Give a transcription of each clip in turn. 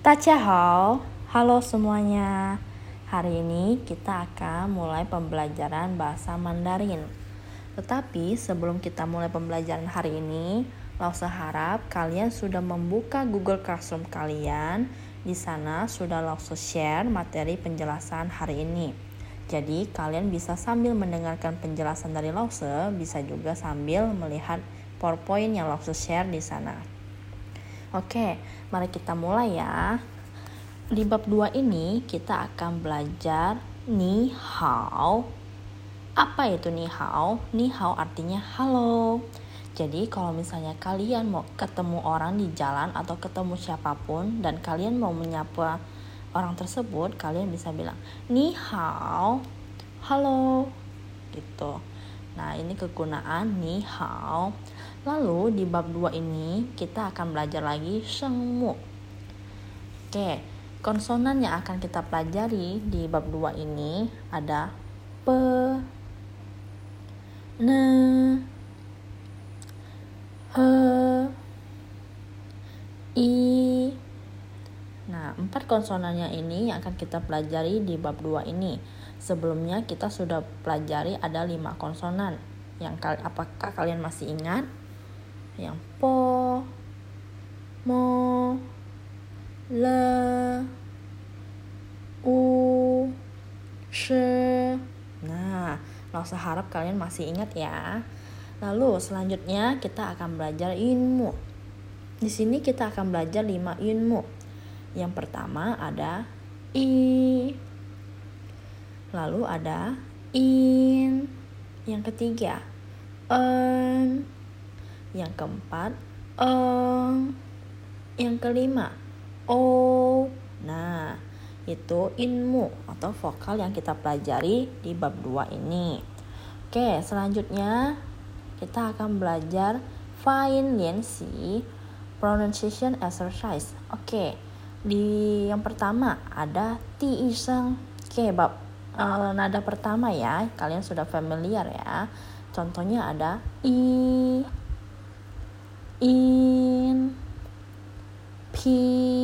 Tachahao, halo semuanya. Hari ini kita akan mulai pembelajaran bahasa Mandarin. Tetapi sebelum kita mulai pembelajaran hari ini, Lause harap kalian sudah membuka Google Classroom kalian. Di sana sudah Lause share materi penjelasan hari ini. Jadi kalian bisa sambil mendengarkan penjelasan dari Lause, bisa juga sambil melihat PowerPoint yang Lause share di sana. Oke, mari kita mulai ya. Di bab 2 ini kita akan belajar ni hao. Apa itu ni hao? Ni hao artinya halo. Jadi kalau misalnya kalian mau ketemu orang di jalan atau ketemu siapapun dan kalian mau menyapa orang tersebut, kalian bisa bilang ni hao, halo gitu. Nah, ini kegunaan ni hao. Lalu di bab 2 ini kita akan belajar lagi shengmu. Oke, konsonan yang akan kita pelajari di bab 2 ini ada pe, ne, he, i. Nah, 4 konsonannya ini yang akan kita pelajari di bab 2 ini. Sebelumnya kita sudah pelajari ada 5 konsonan. Apakah kalian masih ingat? Yang po, mo, le, u, she. Nah, Lause harap kalian masih ingat ya. Lalu selanjutnya kita akan belajar yunmu. Di sini kita akan belajar 5 yunmu. Yang pertama ada i. Lalu ada in. Yang ketiga en. Yang keempat yang kelima o. Nah, itu inmu atau vokal yang kita pelajari di bab 2 ini. Oke, selanjutnya kita akan belajar Fain Lianxi pronunciation exercise. Oke, di yang pertama ada ti iseng. Oke, bab nada pertama ya, kalian sudah familiar ya. Contohnya ada i, in, pi,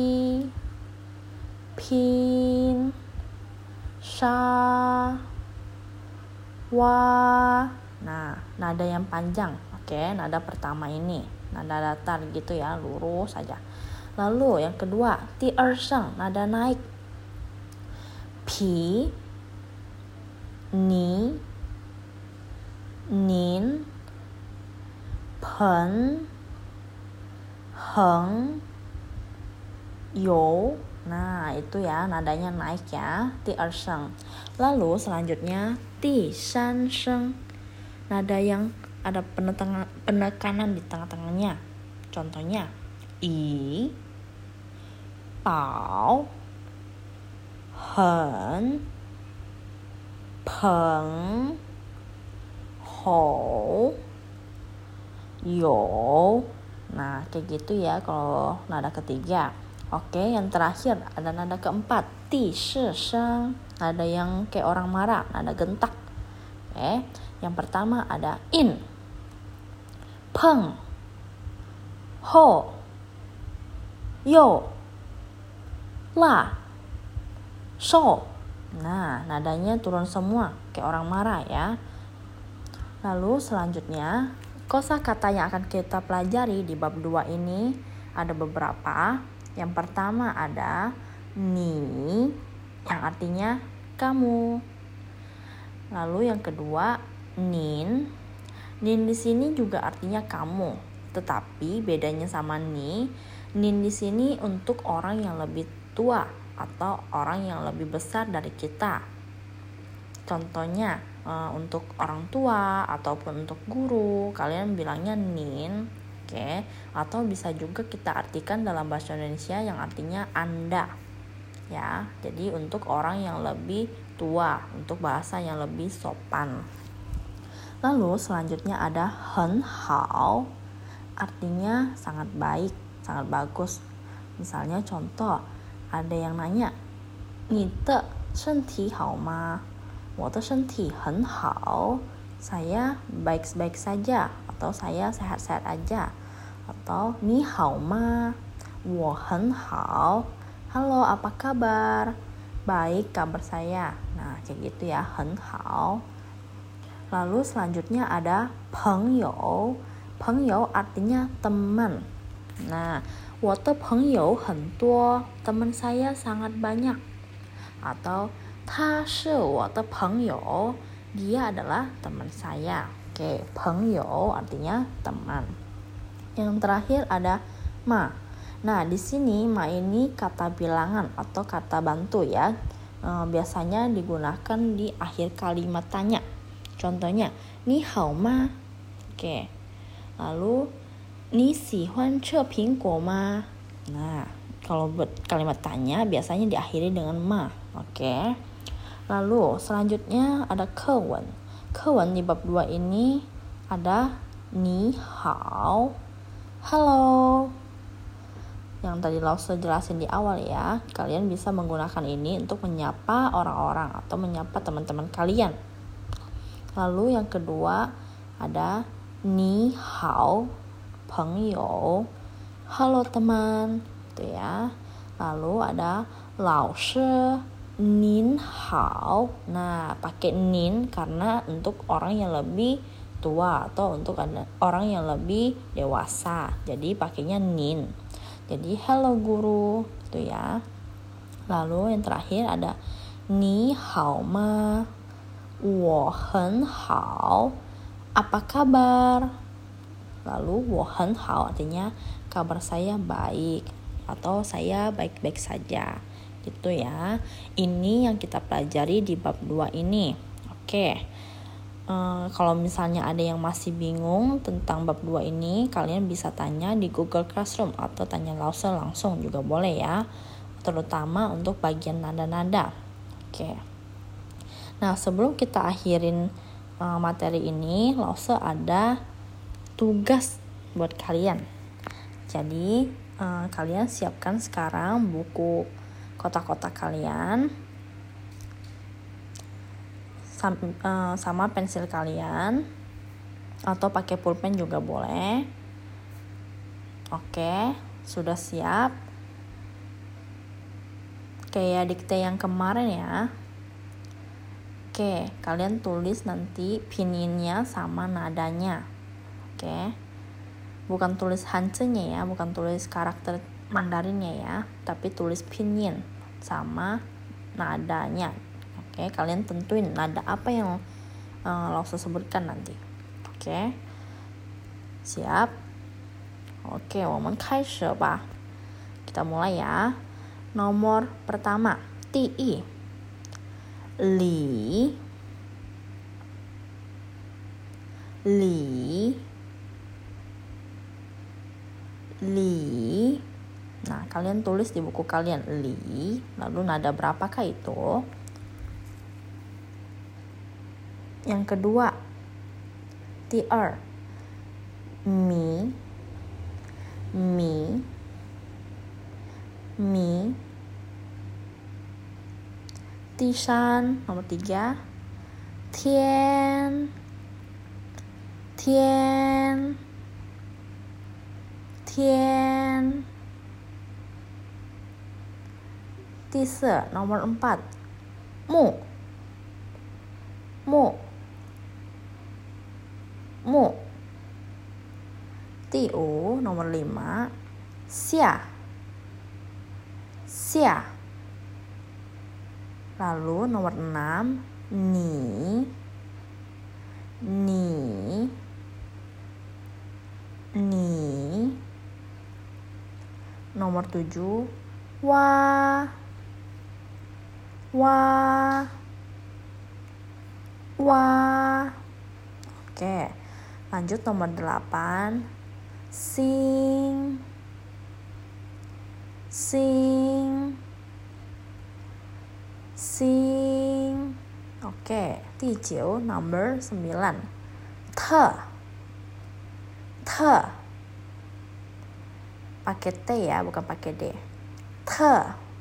pin, sha, wa. Nah, nada yang panjang. Oke, nada pertama ini, nada datar gitu ya, lurus saja. Lalu yang kedua, ti erseng, nada naik. Pi, ni, nin, pen, heng, yo. Nah, itu ya nadanya naik ya, ti erseng. Lalu selanjutnya ti shan sheng, nada yang ada penekanan di tengah-tengahnya. Contohnya i, pao, hen, peng, ho, yo. Nah, kayak gitu ya kalau nada ketiga. Oke, yang terakhir ada nada keempat, ti shi sheng, nada yang kayak orang marah, nada gentak. Oke, yang pertama ada in, peng, ho, yo, la, so. Nah, nadanya turun semua kayak orang marah ya. Lalu selanjutnya kosakata yang akan kita pelajari di bab 2 ini ada beberapa. Yang pertama ada ni, yang artinya kamu. Lalu yang kedua nin. Nin di sini juga artinya kamu. Tetapi bedanya sama nin di sini untuk orang yang lebih tua atau orang yang lebih besar dari kita. Contohnya untuk orang tua ataupun untuk guru, kalian bilangnya nin. Oke, atau bisa juga kita artikan dalam bahasa Indonesia yang artinya Anda. Ya, jadi untuk orang yang lebih tua, untuk bahasa yang lebih sopan. Lalu selanjutnya ada hen hao, artinya sangat baik, sangat bagus. Misalnya contoh, ada yang nanya, ni de shenti hao ma? Wo de shenti hen hao. Saya baik-baik saja atau saya sehat-sehat aja. Atau ni hao ma? Wo hen hao. Halo, apa kabar? Baik, kabar saya. Nah, kayak gitu ya, 很好. Lalu selanjutnya ada 朋友. 朋友 artinya teman. Nah, 我的朋友很多, teman saya sangat banyak. Atau 他是我的朋友, dia adalah teman saya. Oke, 朋友 artinya teman. Yang terakhir ada ma. Nah, di sini ma ini kata bilangan atau kata bantu ya. Biasanya digunakan di akhir kalimat tanya. Contohnya, ni hao ma? Oke. Lalu, ni xihuan ce pingguo ma? Nah, kalau buat kalimat tanya biasanya diakhiri dengan ma. Oke. Lalu, selanjutnya ada kewen. Kewen di bab 2 ini ada ni hao. Halo. Yang tadi Lause jelasin di awal ya, kalian bisa menggunakan ini untuk menyapa orang-orang atau menyapa teman-teman kalian. Lalu yang kedua ada ni hao, 朋友, halo teman, gitu ya. Lalu ada 老师, nin hao. Nah, pakai nin karena untuk orang yang lebih tua atau untuk orang yang lebih dewasa. Jadi pakainya nin. Jadi hello guru, gitu ya. Lalu yang terakhir ada ni hao ma, 我很好, apa kabar? Lalu 我很好 artinya kabar saya baik atau saya baik-baik saja, gitu ya. Ini yang kita pelajari di bab 2 ini. Oke. Kalau misalnya ada yang masih bingung tentang bab 2 ini, kalian bisa tanya di Google Classroom atau tanya Lause langsung juga boleh ya, terutama untuk bagian nada-nada. Oke. Nah, sebelum kita akhirin materi ini, Lause ada tugas buat kalian. Jadi kalian siapkan sekarang buku kotak-kotak kalian sama pensil kalian atau pakai pulpen juga boleh. Oke, sudah siap? Kayak dikte yang kemarin ya. Oke, kalian tulis nanti pinyin-nya sama nadanya. Oke. Bukan tulis hancenya ya, bukan tulis karakter Mandarinnya ya, tapi tulis pinyin sama nadanya. Oke, kalian tentuin nada apa yang Lause sebutkan nanti. Oke. Siap? Oke, 我们开始吧. Kita mulai ya. Nomor pertama, 第一, li, li, li. Nah, kalian tulis di buku kalian li, lalu nada berapakah itu? Yang kedua, 第二, mi, mi, mi. 第三, nomor 3, 天,天,天. 第四, nomor 4, mu, mu, mu. 第五, nomor 5, 下, xia. Lalu nomor 6, ni, ni, ni. Nomor 7, wa, wa, wa. Oke, lanjut nomor 8, sing, sing, sing. Oke, 第9, number 9, te, te. Pakai T ya, bukan pakai D. Te.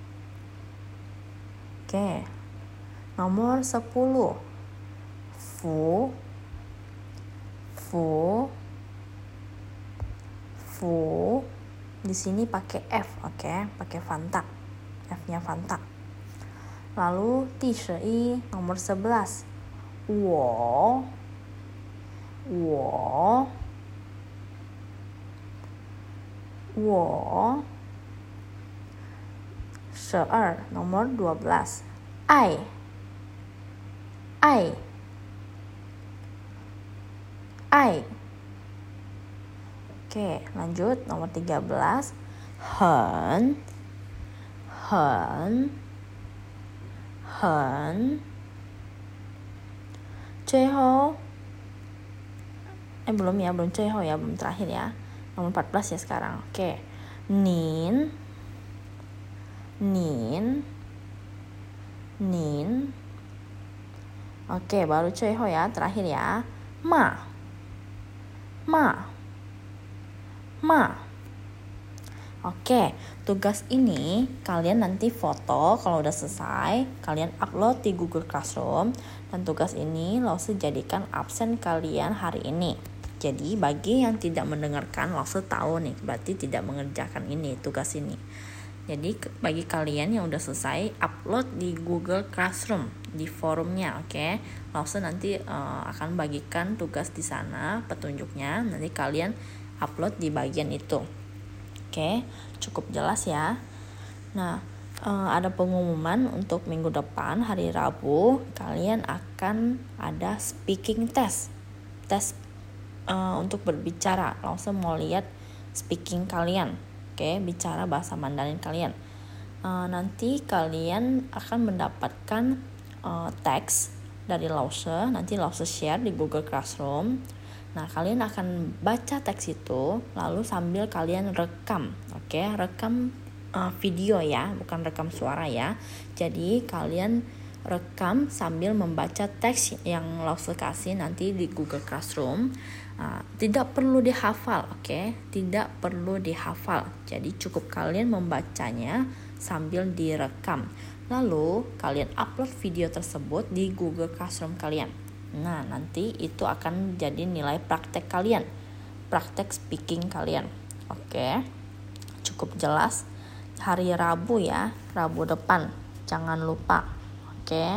Oke. Nomor 10, fu, fu, fu. Di sini pakai F, oke, pakai fantak. F-nya Fanta. Lalu 第11 nomor 11. 我 12 nomor 12. 爱 Oke, lanjut nomor 13. 很 最后belum最后ya, belum terakhir ya. Nomor 14 ya sekarang. Oke. 您 Oke, baru 最后 ya, terakhir ya. 骂 Oke, tugas ini kalian nanti foto kalau udah selesai, kalian upload di Google Classroom, dan tugas ini Lause jadikan absen kalian hari ini. Jadi bagi yang tidak mendengarkan, Lause tahu nih, berarti tidak mengerjakan ini, tugas ini. Jadi bagi kalian yang udah selesai, upload di Google Classroom, di forumnya, oke. Lause nanti akan bagikan tugas di sana, petunjuknya, nanti kalian upload di bagian itu. Oke, cukup jelas ya. Nah, ada pengumuman untuk minggu depan, hari Rabu, kalian akan ada speaking test. Tes untuk berbicara. Langsung mau lihat speaking kalian. Oke, bicara bahasa Mandarin kalian. Nanti kalian akan mendapatkan teks dari Lause. Nanti Lause share di Google Classroom. Nah, kalian akan baca teks itu, lalu sambil kalian rekam, oke? Rekam video ya, bukan rekam suara ya. Jadi, kalian rekam sambil membaca teks yang Lause kasih nanti di Google Classroom. Tidak perlu dihafal, oke? Tidak perlu dihafal. Jadi, cukup kalian membacanya sambil direkam. Lalu, kalian upload video tersebut di Google Classroom kalian. Nah, nanti itu akan jadi nilai praktek kalian, praktek speaking kalian. Oke, cukup jelas. Hari Rabu ya, Rabu depan, jangan lupa. Oke.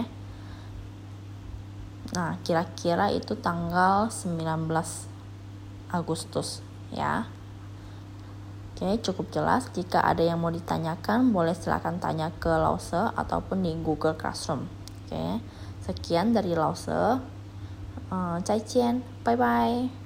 Nah, kira-kira itu tanggal 19 Agustus ya. Oke, cukup jelas. Jika ada yang mau ditanyakan, boleh silakan tanya ke Lause ataupun di Google Classroom. Oke, sekian dari Lause. 再见，拜拜。